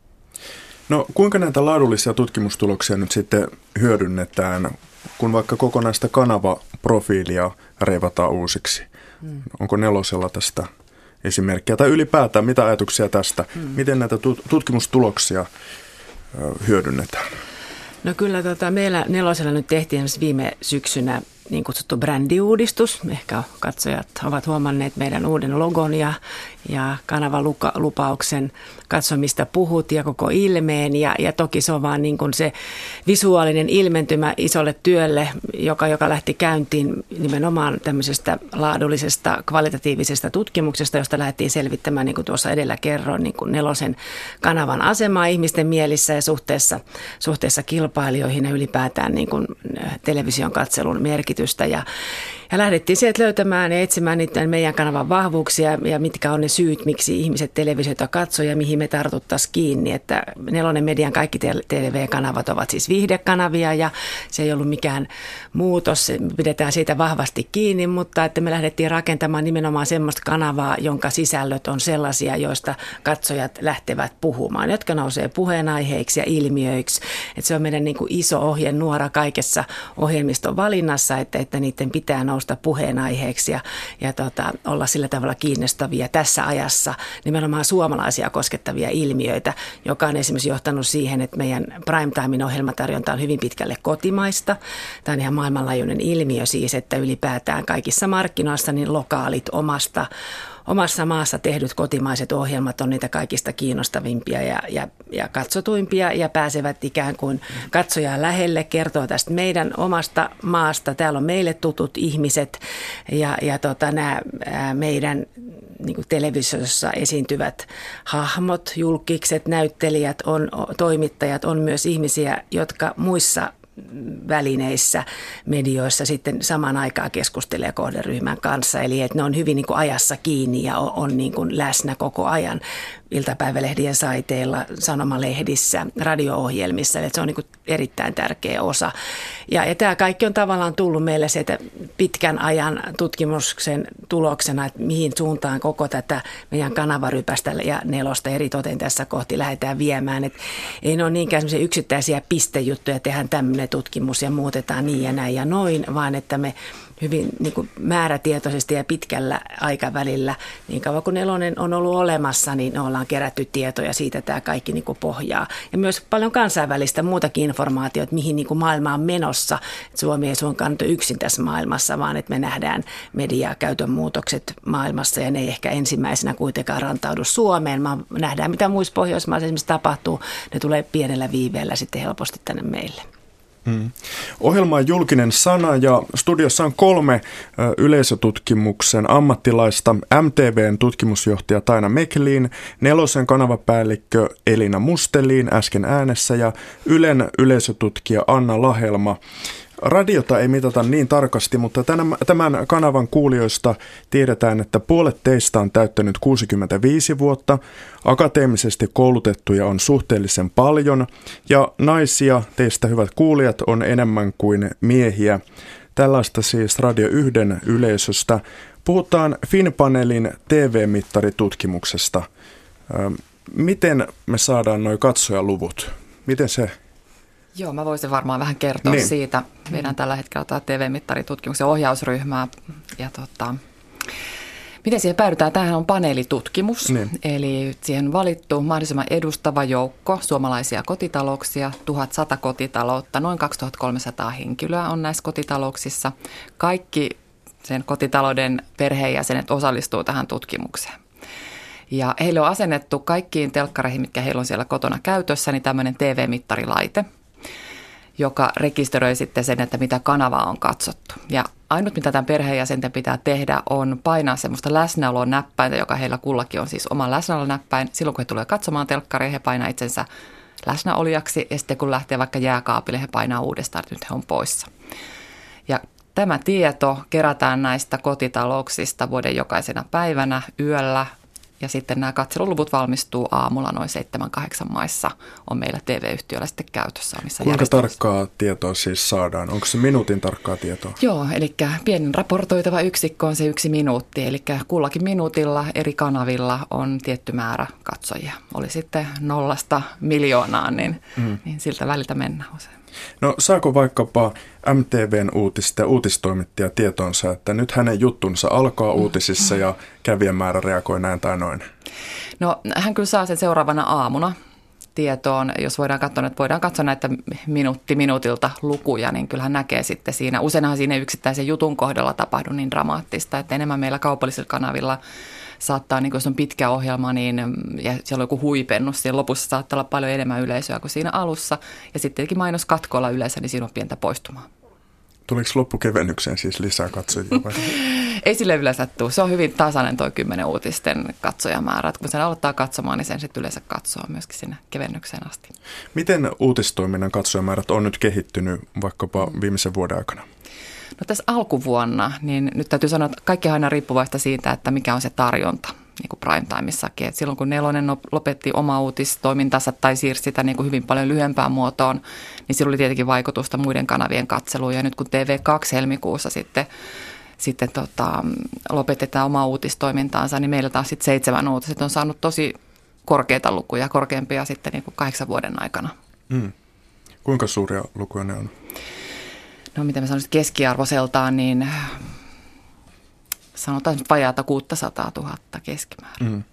No kuinka näitä laadullisia tutkimustuloksia nyt sitten hyödynnetään, kun vaikka kokonaista kanavaprofiilia reivataan uusiksi? Mm. Onko Nelosella tästä esimerkkiä tai ylipäätään mitä ajatuksia tästä? Mm. Miten näitä tutkimustuloksia hyödynnetään? No kyllä tota, meillä Nelosella nyt tehtiin viime syksynä niin kutsuttu brändiuudistus. Ehkä katsojat ovat huomanneet meidän uuden logon ja, ja kanavalupauksen katsomista puhut ja koko ilmeen. Ja, ja toki se on vaan niin kuin se visuaalinen ilmentymä isolle työlle, joka, joka lähti käyntiin nimenomaan tämmöisestä laadullisesta, kvalitatiivisesta tutkimuksesta, josta lähdettiin selvittämään, niin kuin tuossa edellä kerroin, niin kuin Nelosen kanavan asemaa ihmisten mielissä ja suhteessa, suhteessa kilpailijoihin ja ylipäätään niin kuin television katselun merkitystä. Ja, ja lähdettiin sieltä löytämään ja etsimään niitä meidän kanavan vahvuuksia ja mitkä on ne syyt, miksi ihmiset televisiota katsoo ja mihin me tartuttaisiin kiinni. Että Nelonen Median kaikki T V-kanavat ovat siis viihdekanavia ja se ei ollut mikään muutos. Pidetään siitä vahvasti kiinni, mutta että me lähdettiin rakentamaan nimenomaan semmoista kanavaa, jonka sisällöt on sellaisia, joista katsojat lähtevät puhumaan, jotka nousee puheenaiheiksi ja ilmiöiksi. Että se on meidän niin kuin iso ohjenuora kaikessa ohjelmiston valinnassa, että, että niiden pitää nousta tutkimusta puheenaiheeksi ja, ja tota, olla sillä tavalla kiinnostavia tässä ajassa nimenomaan suomalaisia koskettavia ilmiöitä, joka on esimerkiksi johtanut siihen, että meidän primetimein ohjelmatarjonta on hyvin pitkälle kotimaista. Tämä on ihan maailmanlaajuinen ilmiö siis, että ylipäätään kaikissa markkinoissa niin lokaalit omasta Omassa maassa tehdyt kotimaiset ohjelmat on niitä kaikista kiinnostavimpia ja, ja, ja katsotuimpia ja pääsevät ikään kuin katsojaa lähelle, kertoo tästä meidän omasta maasta. Täällä on meille tutut ihmiset ja, ja tota, nämä meidän niin kuin televisiossa esiintyvät hahmot, julkikset, näyttelijät, on, toimittajat on myös ihmisiä, jotka muissa välineissä, medioissa sitten samaan aikaan keskustelee kohderyhmän kanssa. Eli että ne on hyvin niin kuin ajassa kiinni ja on, on niin kuin läsnä koko ajan iltapäivälehdien saiteilla, sanomalehdissä, radio-ohjelmissa. Eli se on niin kuin erittäin tärkeä osa. Ja, ja tämä kaikki on tavallaan tullut meille se, että pitkän ajan tutkimuksen tuloksena, että mihin suuntaan koko tätä meidän kanavarypästä ja nelosta eri toten tässä kohti lähdetään viemään. Että ei ne ole niinkään sellaisia yksittäisiä pistejuttuja, tehdään tämmöinen tutkimus ja muutetaan niin ja näin ja noin, vaan että me hyvin niin kuin määrätietoisesti ja pitkällä aikavälillä, niin kauan kuin nelonen on ollut olemassa, niin ollaan kerätty tietoja siitä tämä kaikki niin kuin pohjaa. Ja myös paljon kansainvälistä muutakin informaatiota, mihin niin kuin maailma on menossa. Et Suomi ei suinkaan nyt yksin tässä maailmassa, vaan että me nähdään mediakäytön muutokset maailmassa ja ne ei ehkä ensimmäisenä kuitenkaan rantaudu Suomeen, vaan nähdään mitä muissa Pohjoismaissa esimerkiksi tapahtuu. Ne tulee pienellä viiveellä sitten helposti tänne meille. Hmm. Ohjelma on julkinen sana ja studiossa on kolme ö, yleisötutkimuksen ammattilaista. M T V:n tutkimusjohtaja Taina Meklin, Nelosen kanavapäällikkö Elina Mustelin äsken äänessä ja Ylen yleisötutkija Anna Lahelma. Radiota ei mitata niin tarkasti, mutta tämän kanavan kuulijoista tiedetään, että puolet teistä on täyttänyt kuusikymmentäviisi vuotta, akateemisesti koulutettuja on suhteellisen paljon ja naisia, teistä hyvät kuulijat, on enemmän kuin miehiä. Tällaista siis Radio yhden yleisöstä. Puhutaan FinPanelin T V-mittaritutkimuksesta. Miten me saadaan nuo katsojaluvut? Miten se... Joo, mä voisin varmaan vähän kertoa niin. siitä. Meidän tällä hetkellä tämä T V-mittaritutkimuksen ohjausryhmää. Ja tota, miten siihen päädytään? Tämähän on paneelitutkimus, niin. Eli siihen on valittu mahdollisimman edustava joukko suomalaisia kotitalouksia, tuhatsata kotitaloutta, noin kaksituhattakolmesataa henkilöä on näissä kotitalouksissa. Kaikki sen kotitalouden perheenjäsenet osallistuu tähän tutkimukseen. Ja heille on asennettu kaikkiin telkkareihin, mitkä heillä on siellä kotona käytössä, niin tämmöinen T V-mittarilaite, joka rekisteröi sitten sen, että mitä kanavaa on katsottu. Ja ainut, mitä tämän perheenjäsenten pitää tehdä, on painaa semmoista läsnäolon näppäintä, joka heillä kullakin on siis oma läsnäolon näppäin. Silloin, kun he tulee katsomaan telkkaria, he painaa itsensä läsnäolijaksi ja sitten kun lähtee vaikka jääkaapille, he painaa uudestaan, että nyt he on poissa. Ja tämä tieto kerätään näistä kotitalouksista vuoden jokaisena päivänä, yöllä. Ja sitten nämä katseluluvut valmistuu aamulla noin seitsemän kahdeksan maissa on meillä T V-yhtiöllä sitten käytössä. Kuinka tarkkaa tietoa siis saadaan? Onko se minuutin tarkkaa tietoa? Joo, eli pienin raportoitava yksikkö on se yksi minuutti. Eli kullakin minuutilla eri kanavilla on tietty määrä katsojia. Oli sitten nollasta miljoonaan, niin, mm. niin siltä väliltä mennään usein. No saako vaikkapa M T V:n uutista ja uutistoimittaja tietonsa, että nyt hänen juttunsa alkaa uutisissa ja kävijämäärä reagoi näin tai noin? No hän kyllä saa sen seuraavana aamuna tietoon. Jos voidaan katsoa, että voidaan katsoa näitä minuutti minuutilta lukuja, niin kyllähän näkee sitten siinä. Useinhan siinä yksittäisen jutun kohdalla tapahdu niin dramaattista, että enemmän meillä kaupallisilla kanavilla saattaa, niin jos on pitkä ohjelma, niin ja siellä on joku huipennus, siellä lopussa saattaa olla paljon enemmän yleisöä kuin siinä alussa. Ja sitten tietenkin mainoskatkoilla yleensä, niin siinä on pientä poistumaa. Tuliko loppukevennykseen siis lisää katsojia? Ei sille yleensä tule. Se on hyvin tasainen toi kymmenen uutisten katsojamäärä. Kun sen aloittaa katsomaan, niin sen sitten yleensä katsoo myöskin sinne kevennykseen asti. Miten uutistoiminnan katsojamäärät on nyt kehittynyt vaikkapa viimeisen vuoden aikana? No tässä alkuvuonna, niin nyt täytyy sanoa, että kaikki on aina riippuvaista siitä, että mikä on se tarjonta, niin kuin primetimeissakin. Et silloin kun Nelonen lopetti oma uutistoimintansa tai siirsi sitä niin kuin hyvin paljon lyhyempään muotoon, niin sillä oli tietenkin vaikutusta muiden kanavien katseluun. Ja nyt kun T V kaksi helmikuussa sitten, sitten tota, lopetetaan omaa uutistoimintaansa, niin meillä taas sitten seitsemän uutiset on saanut tosi korkeita lukuja, korkeampia sitten niin kuin kahdeksan vuoden aikana. Mm. Kuinka suuria lukuja ne on? No mitä mä sanoisin keskiarvoiseltaan, niin sanotaan vajaata kuusisataatuhatta keskimäärin. Mm.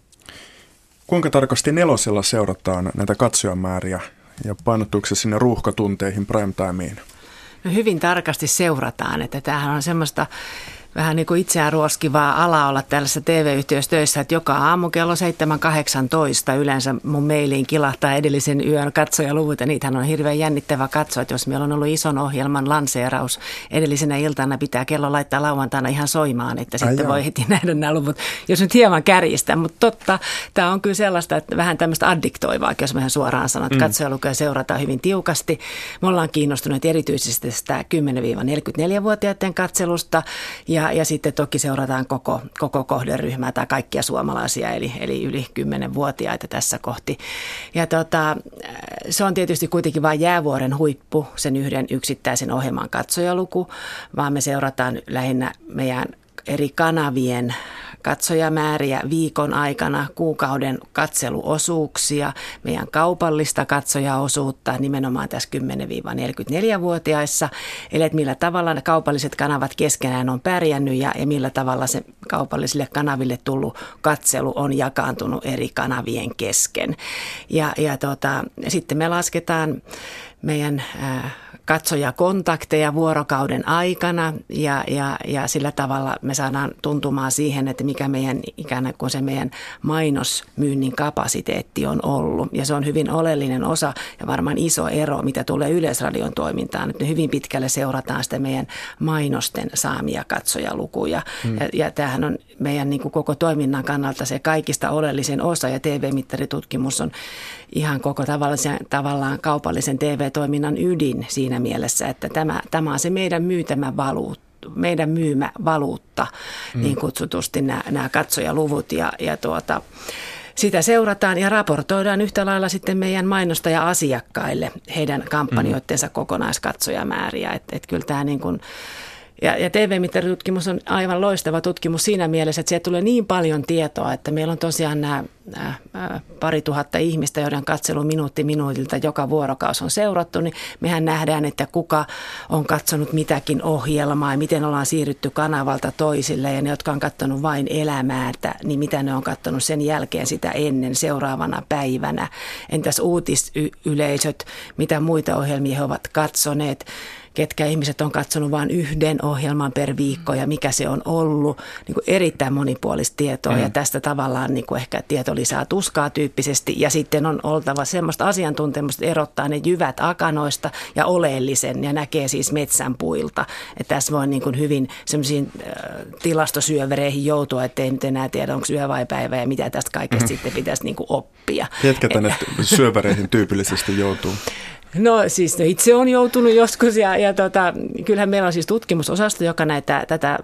Kuinka tarkasti Nelosella seurataan näitä katsojamääriä ja painottuuko se sinne ruuhkatunteihin primetimeen? No hyvin tarkasti seurataan, että tämähän on semmoista vähän niin kuin itseään ruoskivaa alaa olla tällaisessa T V-yhtiössä töissä, että joka aamu kello seitsemän kahdeksantoista yleensä mun mailiin kilahtaa edellisen yön katsojaluvut, ja niitähän on hirveän jännittävä katsoa, että jos meillä on ollut ison ohjelman lanseeraus edellisenä iltana, pitää kello laittaa lauantaina ihan soimaan, että Ai sitten joo. voi heti nähdä nämä luvut, jos nyt hieman kärjistä, mutta totta, tämä on kyllä sellaista, että vähän tämmöistä addiktoivaa, jos mehän suoraan sanon, että katsojalukuja seurataan hyvin tiukasti. Me ollaan kiinnostuneet erityisesti sitä kymmenen neljäkymmentäneljä-vuotiaiden katselusta, ja Ja, ja sitten toki seurataan koko, koko kohderyhmää tai kaikkia suomalaisia, eli, eli yli kymmenvuotiaita tässä kohti. Ja tota, se on tietysti kuitenkin vain jäävuoren huippu, sen yhden yksittäisen ohjelman katsojaluku, vaan me seurataan lähinnä meidän eri kanavien katsojamääriä viikon aikana, kuukauden katseluosuuksia, meidän kaupallista katsojaosuutta nimenomaan tässä kymmenen neljäkymmentäneljä-vuotiaissa, eli että millä tavalla ne kaupalliset kanavat keskenään on pärjännyt ja, ja millä tavalla se kaupallisille kanaville tullut katselu on jakaantunut eri kanavien kesken. Ja, ja tota, sitten me lasketaan meidän Äh, katsojakontakteja vuorokauden aikana ja, ja, ja sillä tavalla me saadaan tuntumaan siihen, että mikä meidän ikään kuin se meidän mainosmyynnin kapasiteetti on ollut. Ja se on hyvin oleellinen osa ja varmaan iso ero, mitä tulee Yleisradion toimintaan. Että me hyvin pitkälle seurataan sitä meidän mainosten saamia katsojalukuja. Hmm. Ja, ja tämähän on meidän niin kuin koko toiminnan kannalta se kaikista oleellisen osa ja T V-mittaritutkimus on ihan koko tavallaan kaupallisen T V-toiminnan ydin siinä mielessä, että tämä, tämä on se meidän myytämä valuutta, meidän myymä valuutta, mm. niin kutsutusti nämä, nämä katsojaluvut ja, ja tuota, sitä seurataan ja raportoidaan yhtä lailla sitten meidän mainostaja-asiakkaille heidän kampanjoittensa mm. kokonaiskatsojamääriä, että et kyllä tämä niin kuin Ja, ja T V-mittaritutkimus on aivan loistava tutkimus siinä mielessä, että sieltä tulee niin paljon tietoa, että meillä on tosiaan nämä, nämä, nämä pari tuhatta ihmistä, joiden katselu minuutti minuutilta joka vuorokausi on seurattu, niin mehän nähdään, että kuka on katsonut mitäkin ohjelmaa ja miten ollaan siirrytty kanavalta toisille ja ne, jotka on katsonut vain elämäätä, niin mitä ne on katsonut sen jälkeen sitä ennen seuraavana päivänä. Entäs uutisyleisöt, mitä muita ohjelmia he ovat katsoneet? Ketkä ihmiset on katsonut vain yhden ohjelman per viikko ja mikä se on ollut. Niin kuin erittäin monipuolista tietoa mm. ja tästä tavallaan niin kuin ehkä tieto lisää tuskaa tyyppisesti. Ja sitten on oltava semmoista asiantuntemusta erottaa ne jyvät akanoista ja oleellisen ja näkee siis metsän puilta. Että tässä voi niin kuin hyvin semmoisiin äh, tilastosyövereihin joutua, ettei nyt enää tiedä, onko yö vai päivä ja mitä tästä kaikesta mm. sitten pitäisi niin kuin oppia. Ketkä tänne syövereihin tyypillisesti joutuu? No siis no, itse olen joutunut joskus ja, ja tota, kyllähän meillä on siis tutkimusosasto, joka näitä, tätä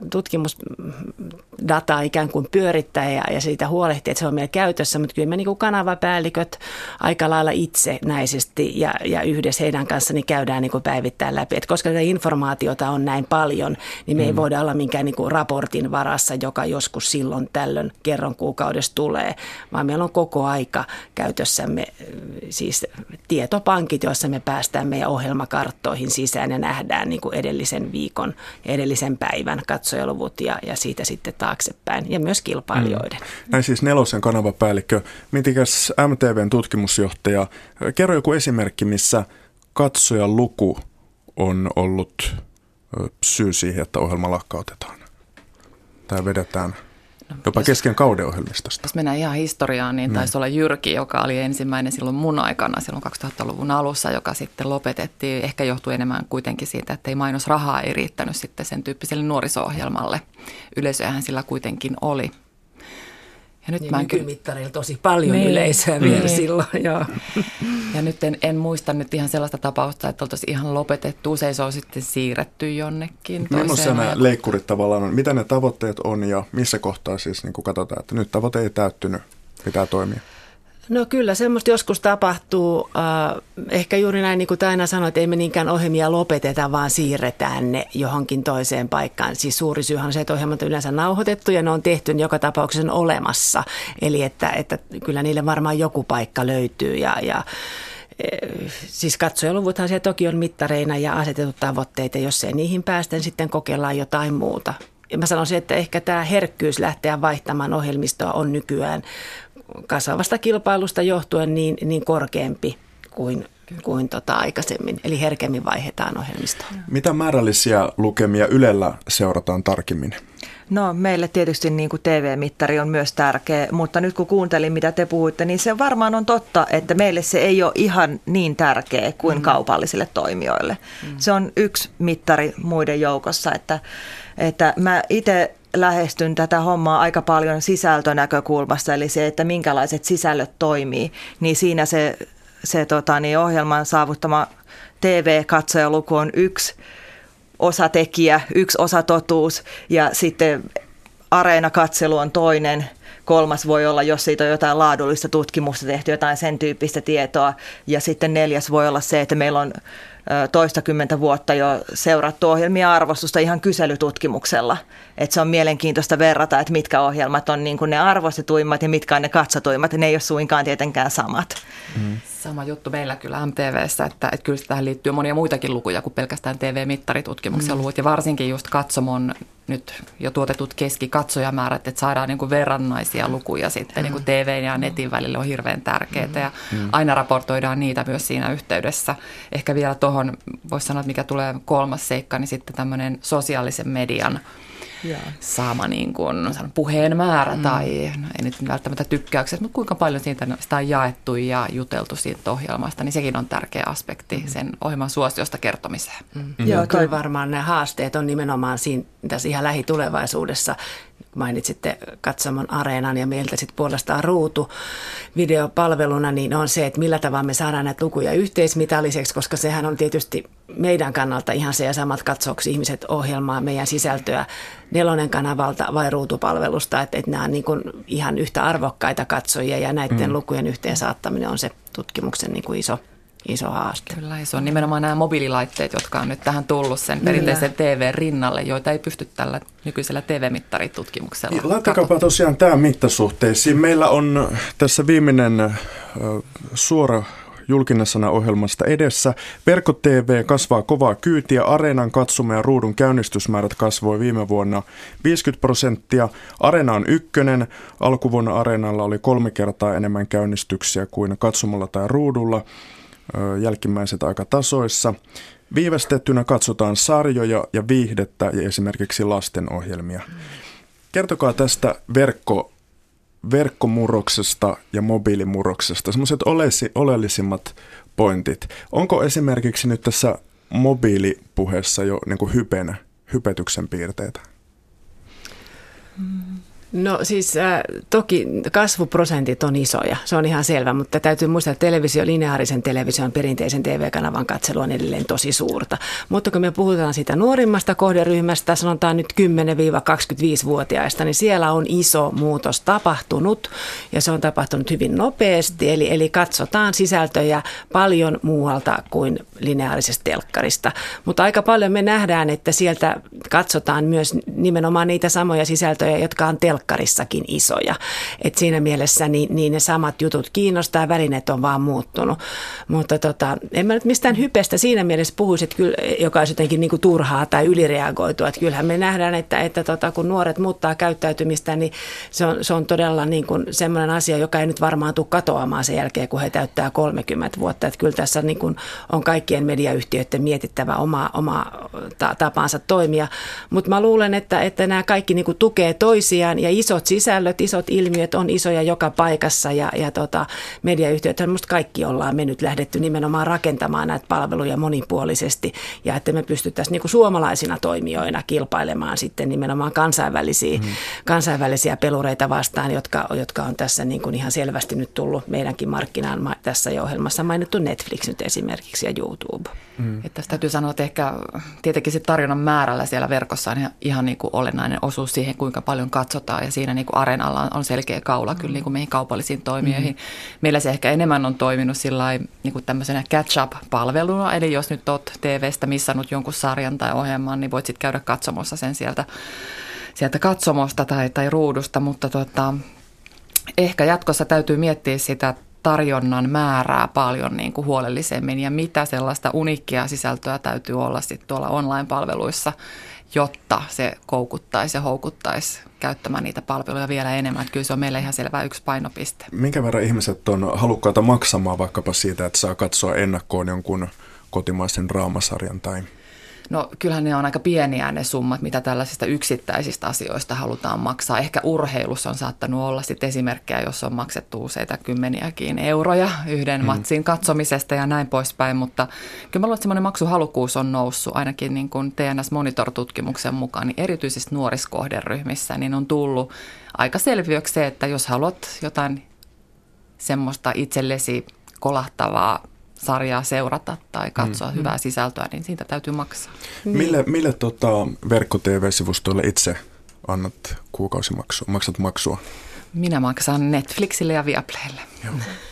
tutkimusdataa ikään kuin pyörittää ja, ja siitä huolehtii, että se on meillä käytössä, mutta kyllä me niin kuin kanavapäälliköt aika lailla itsenäisesti ja, ja yhdessä heidän kanssa niin käydään niin kuin päivittäin läpi. Et koska tätä informaatiota on näin paljon, niin me mm. ei voida olla minkään niin kuin raportin varassa, joka joskus silloin tällöin kerran kuukaudessa tulee, vaan meillä on koko aika käytössämme siis tietopankit, joissa me päästään meidän ohjelmakarttoihin sisään ja nähdään niin kuin edellisen viikon ja edellisen päivän katsojaluvut ja, ja siitä sitten taaksepäin ja myös kilpailijoiden. Mm. Näin siis Nelosen kanavapäällikkö. Mitikäs M T V:n tutkimusjohtaja, kerro joku esimerkki, missä katsojaluku on ollut syy siihen, että ohjelma lakkautetaan tai vedetään jopa kesken kauden ohjelmistosta. Jos mennään ihan historiaan, niin taisi mm. olla Jyrki, joka oli ensimmäinen silloin mun aikana, silloin kaksituhattaluvun alussa, joka sitten lopetettiin. Ehkä johtui enemmän kuitenkin siitä, että ei mainosrahaa ei riittänyt sitten sen tyyppiselle nuoriso-ohjelmalle. Yleisöähän sillä kuitenkin oli. Ja nyt niin mä nykymittarilla tosi paljon niin, yleisöä vielä niin. silloin, joo. Ja nyt en, en muista nyt ihan sellaista tapausta, että oltaisiin ihan lopetettu. Usein se on sitten siirretty jonnekin. Millaisia nämä leikkurit tavallaan on? Mitä ne tavoitteet on ja missä kohtaa siis niin katsotaan, että nyt tavoite ei täyttynyt, pitää toimia? No kyllä, semmoista joskus tapahtuu. Äh, ehkä juuri näin, niin kuin aina sanoit, että ei me niinkään ohjelmia lopeteta, vaan siirretään ne johonkin toiseen paikkaan. Siis suuri syyhän on se, että ohjelmat on yleensä nauhoitettu ja ne on tehty joka tapauksessa olemassa. Eli että, että kyllä niille varmaan joku paikka löytyy ja, ja siis katsojaluvuthan siellä toki on mittareina ja asetetut tavoitteet, ja jos ei niihin päästä, niin sitten kokeillaan jotain muuta. mä sanoisin, että ehkä tämä herkkyys lähteä vaihtamaan ohjelmistoa on nykyään kasvavasta kilpailusta johtuen niin, niin korkeampi kuin, kuin tota aikaisemmin. Eli herkemmin vaihdetaan ohjelmistoa. Mitä määrällisiä lukemia Ylellä seurataan tarkemmin? No meille tietysti niin kuin T V-mittari on myös tärkeä, mutta nyt kun kuuntelin mitä te puhuitte, niin se varmaan on totta, että meille se ei ole ihan niin tärkeä kuin mm. kaupallisille toimijoille. Mm. Se on yksi mittari muiden joukossa, että, että mä itse lähestyn tätä hommaa aika paljon sisältönäkökulmasta, eli se, että minkälaiset sisällöt toimii, niin siinä se, se tota, niin ohjelman saavuttama T V-katsojaluku on yksi osatekijä, yksi osatotuus ja sitten areenakatselu on toinen. Kolmas voi olla, jos siitä on jotain laadullista tutkimusta tehty, jotain sen tyyppistä tietoa. Ja sitten neljäs voi olla se, että meillä on toistakymmentä vuotta jo seurattu ohjelmia arvostusta ihan kyselytutkimuksella. Että se on mielenkiintoista verrata, että mitkä ohjelmat on niin kuin ne arvostetuimmat ja mitkä on ne katsotuimmat. Ne ei ole suinkaan tietenkään samat. Mm. Sama juttu meillä kyllä M T V:ssä, että, että kyllä tähän liittyy monia muitakin lukuja kuin pelkästään T V-mittaritutkimuksen mm. luvut. Ja varsinkin just katsomon nyt jo tuotetut keskikatsojamäärät, että saadaan niin kuin verrannaisia lukuja sitten niin kuin T V ja netin välillä on hirveän tärkeää. Ja mm. aina raportoidaan niitä myös siinä yhteydessä. Ehkä vielä tuohon voisi sanoa, että mikä tulee kolmas seikka, niin sitten tämmöinen sosiaalisen median yeah. saama niin kuin, puheen määrä mm. tai no, ei nyt välttämättä tykkäykset, mutta kuinka paljon siitä sitä on jaettu ja juteltu siitä ohjelmasta, niin sekin on tärkeä aspekti mm. sen ohjelman suosiosta kertomiseen. Mm. Mm. Joo, kyllä varmaan nämä haasteet on nimenomaan siinä tässä ihan lähitulevaisuudessa. Mainitsitte katsomon areenan ja meiltä sitten puolestaan ruutu videopalveluna, niin on se, että millä tavalla me saadaan näitä lukuja yhteismitalliseksi, koska sehän on tietysti meidän kannalta ihan se ja samat katsoksi ihmiset ohjelmaa meidän sisältöä Nelonen kanavalta vai ruutupalvelusta, että, että nämä on niin kuin ihan yhtä arvokkaita katsojia ja näiden mm. lukujen yhteen saattaminen on se tutkimuksen niin kuin iso Iso haaste. Kyllä, se on nimenomaan nämä mobiililaitteet, jotka on nyt tähän tullut sen perinteisen T V-rinnalle, joita ei pysty tällä nykyisellä T V-mittaritutkimuksella. Laittakaapa tosiaan tämä mittasuhteisiin. Meillä on tässä viimeinen äh, suora julkinen sana ohjelmasta edessä. Verkko-T V kasvaa kovaa kyytiä. Areenan katsomo ja ruudun käynnistysmäärät kasvoi viime vuonna viisikymmentä prosenttia. Areena on ykkönen. Alkuvuonna Areenalla oli kolme kertaa enemmän käynnistyksiä kuin katsomolla tai ruudulla. Jälkimmäiset aika tasoissa. Viivästettynä katsotaan sarjoja ja viihdettä ja esimerkiksi lastenohjelmia. Kertokaa tästä verkko, verkkomurroksesta ja mobiilimurroksesta, sellaiset oleellisimmat pointit. Onko esimerkiksi nyt tässä mobiilipuheessa jo niin kuin hypenä, hypetyksen piirteitä? Mm. No siis äh, toki kasvuprosentit on isoja, se on ihan selvä, mutta täytyy muistaa, että televisio, lineaarisen television, perinteisen T V-kanavan katselu on edelleen tosi suurta. Mutta kun me puhutaan siitä nuorimmasta kohderyhmästä, sanotaan nyt kymmenen–kaksikymmentäviisi-vuotiaista, niin siellä on iso muutos tapahtunut ja se on tapahtunut hyvin nopeasti. Eli, eli katsotaan sisältöjä paljon muualta kuin lineaarisesta telkkarista. Mutta aika paljon me nähdään, että sieltä katsotaan myös nimenomaan niitä samoja sisältöjä, jotka on telkkarissa. Telkkarissakin isoja. Et siinä mielessä niin, niin ne samat jutut kiinnostaa, välineet on vaan muuttunut. Mutta tota, en mä nyt mistään hypestä siinä mielessä puhuisi, että kyllä, joka olisi jotenkin niin kuin turhaa tai ylireagoitua. Että kyllähän me nähdään, että, että tota, kun nuoret muuttaa käyttäytymistä, niin se on, se on todella niin kuin semmoinen asia, joka ei nyt varmaan tule katoamaan sen jälkeen, kun he täyttää kolmekymmentä vuotta. Että kyllä tässä niin kuin on kaikkien mediayhtiöiden mietittävä oma, oma tapansa toimia. Mutta mä luulen, että, että nämä kaikki niin kuin tukee toisiaan ja isot sisällöt, isot ilmiöt on isoja joka paikassa ja, ja tota, mediayhtiöt, musta kaikki ollaan me nyt lähdetty nimenomaan rakentamaan näitä palveluja monipuolisesti ja että me pystyttäisiin niin kuin suomalaisina toimijoina kilpailemaan sitten nimenomaan kansainvälisiä, mm. kansainvälisiä pelureita vastaan, jotka, jotka on tässä niin kuin ihan selvästi nyt tullut meidänkin markkinaan tässä jo ohjelmassa mainittu Netflix nyt esimerkiksi ja YouTube. Mm. Että tässä täytyy sanoa, että ehkä tietenkin se tarjonnan määrällä siellä verkossa on ihan, ihan niin kuin olennainen osuus siihen, kuinka paljon katsotaan ja siinä niin kuin Areenalla on selkeä kaula kyllä niin kuin meihin kaupallisiin toimijoihin. Mm. Meillä se ehkä enemmän on toiminut sillain, niin kuin tämmöisenä catch-up-palveluna, eli jos nyt olet T V:stä missannut jonkun sarjan tai ohjelman, niin voit sitten käydä katsomossa sen sieltä, sieltä katsomosta tai, tai ruudusta, mutta tota, ehkä jatkossa täytyy miettiä sitä tarjonnan määrää paljon niin kuin huolellisemmin ja mitä sellaista uniikkia sisältöä täytyy olla sitten tuolla online-palveluissa, jotta se koukuttaisi ja houkuttaisi käyttämään niitä palveluja vielä enemmän. Että kyllä se on meille ihan selvä yksi painopiste. Minkä verran ihmiset on halukkaita maksamaan vaikkapa siitä, että saa katsoa ennakkoon jonkun kotimaisen draamasarjan tai... No kyllähän ne on aika pieniä ne summat, mitä tällaisista yksittäisistä asioista halutaan maksaa. Ehkä urheilussa on saattanut olla sit esimerkkejä, jos on maksettu useita kymmeniäkin euroja yhden mm. matsin katsomisesta ja näin poispäin. Mutta kyllä mä luulen, että semmoinen maksuhalukkuus on noussut ainakin niin kuin T N S Monitor-tutkimuksen mukaan, niin erityisesti nuorissa kohderyhmissä niin on tullut aika selviöksi se, että jos haluat jotain semmoista itsellesi kolahtavaa sarjaa seurata tai katsoa mm. hyvää sisältöä, niin siitä täytyy maksaa. Mille, mille tota, verkko-T V-sivustoille itse annat kuukausimaksua, maksat maksua? Minä maksan Netflixille ja Viaplaylle. Joo.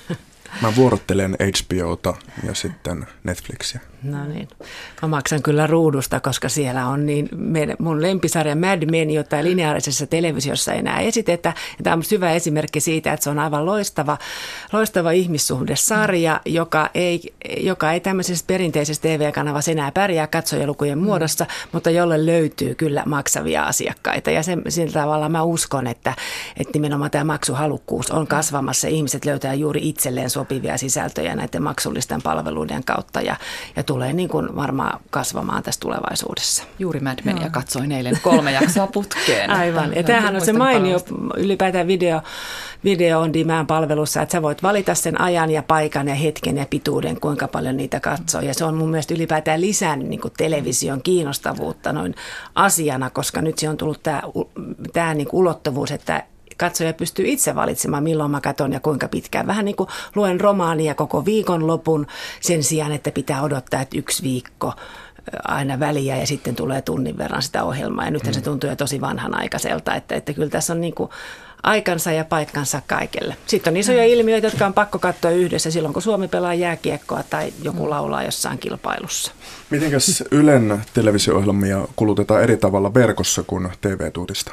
Mä vuorottelen H B O:ta ja sitten Netflixiä. No niin. Mä maksan kyllä ruudusta, koska siellä on niin meidän, mun lempisarja Mad Men, jota lineaarisessa televisiossa ei enää esitetä. Ja tämä on hyvä esimerkki siitä, että se on aivan loistava, loistava ihmissuhdesarja, mm. joka ei, joka ei tämmöisessä perinteisessä T V-kanavassa enää pärjää katsojalukujen muodossa, mm. mutta jolle löytyy kyllä maksavia asiakkaita. Ja sen, sillä tavalla mä uskon, että, että nimenomaan tämä maksuhalukkuus on kasvamassa. Ihmiset löytää juuri itselleen sopivia sisältöjä näiden maksullisten palveluiden kautta ja, ja tulee niin kuin varmaan kasvamaan tässä tulevaisuudessa. Juuri Mad Menia no. katsoin eilen kolme jaksoa putkeen. Aivan. Ja tämähän on se mainio ylipäätään video, video on demand palvelussa, että sä voit valita sen ajan ja paikan ja hetken ja pituuden, kuinka paljon niitä katsoo. Ja se on mun mielestä ylipäätään lisännyt niin kuin television kiinnostavuutta noin asiana, koska nyt se on tullut tämä, tämä niin kuin ulottuvuus, että katsoja pystyy itse valitsemaan, milloin mä katson ja kuinka pitkään. Vähän niin kuin luen romaania koko viikonlopun sen sijaan, että pitää odottaa, että yksi viikko aina väliä ja sitten tulee tunnin verran sitä ohjelmaa. Ja nythän mm. se tuntuu jo tosi vanhanaikaiselta, että, että kyllä tässä on niin kuin aikansa ja paikkansa kaikelle. Sitten on isoja ilmiöitä, jotka on pakko katsoa yhdessä silloin, kun Suomi pelaa jääkiekkoa tai joku laulaa jossain kilpailussa. Mitenkäs Ylen televisio-ohjelmia kulutetaan eri tavalla verkossa kuin T V-tuutista?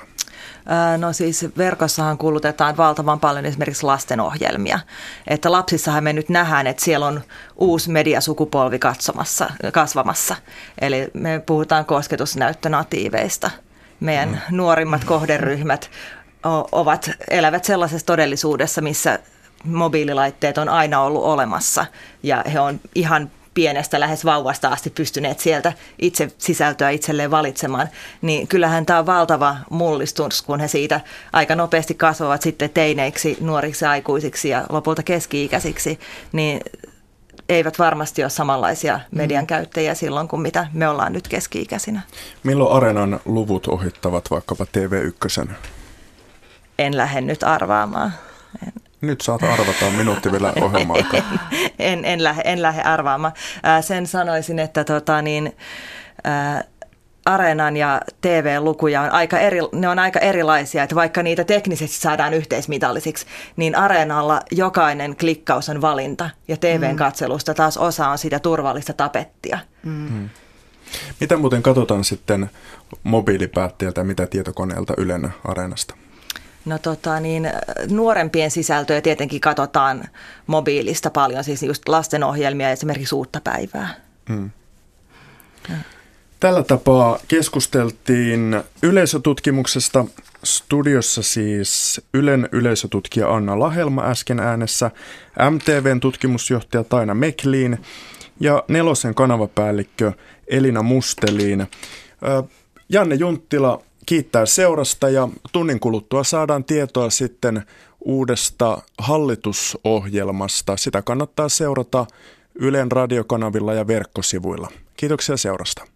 No siis verkossahan kulutetaan valtavan paljon esimerkiksi lastenohjelmia. Että lapsissahan me nyt nähdään, että siellä on uusi mediasukupolvi katsomassa, kasvamassa. Eli me puhutaan kosketusnäyttönatiiveista. Meidän mm. nuorimmat kohderyhmät ovat, elävät sellaisessa todellisuudessa, missä mobiililaitteet on aina ollut olemassa. Ja he on ihan pienestä lähes vauvasta asti pystyneet sieltä itse sisältöä itselleen valitsemaan, niin kyllähän tämä on valtava mullistus, kun he siitä aika nopeasti kasvavat sitten teineiksi, nuoriksi aikuisiksi ja lopulta keski-ikäisiksi, niin eivät varmasti ole samanlaisia median käyttäjiä silloin kuin mitä me ollaan nyt keski-ikäisinä. Milloin Areenan luvut ohittavat vaikkapa T V yksi? En lähde nyt arvaamaan. En. Nyt saat arvata minuutti vielä ohjelma-aikaa. En, en, en, lähde, en lähde arvaamaan. Äh, sen sanoisin, että tota, niin, äh, Areenan ja T V-lukuja on aika, eri, ne on aika erilaisia, että vaikka niitä teknisesti saadaan yhteismitallisiksi, niin Areenalla jokainen klikkaus on valinta ja T V:n katselusta taas osa on sitä turvallista tapettia. Mm. Hmm. Mitä muuten katsotaan sitten mobiilipäätteeltä ja mitä tietokoneelta Ylen Areenasta? No tota niin, nuorempien sisältöjä tietenkin katsotaan mobiilista paljon, siis just lastenohjelmia ja esimerkiksi Uutta päivää. Mm. Tällä tapaa keskusteltiin yleisötutkimuksesta. Studiossa siis Ylen yleisötutkija Anna Lahelma äsken äänessä, M T V:n tutkimusjohtaja Taina Meklin ja Nelosen kanavapäällikkö Elina Mustelin. Janne Junttila kiittää seurasta ja tunnin kuluttua saadaan tietoa sitten uudesta hallitusohjelmasta. Sitä kannattaa seurata Ylen radiokanavilla ja verkkosivuilla. Kiitoksia seurasta.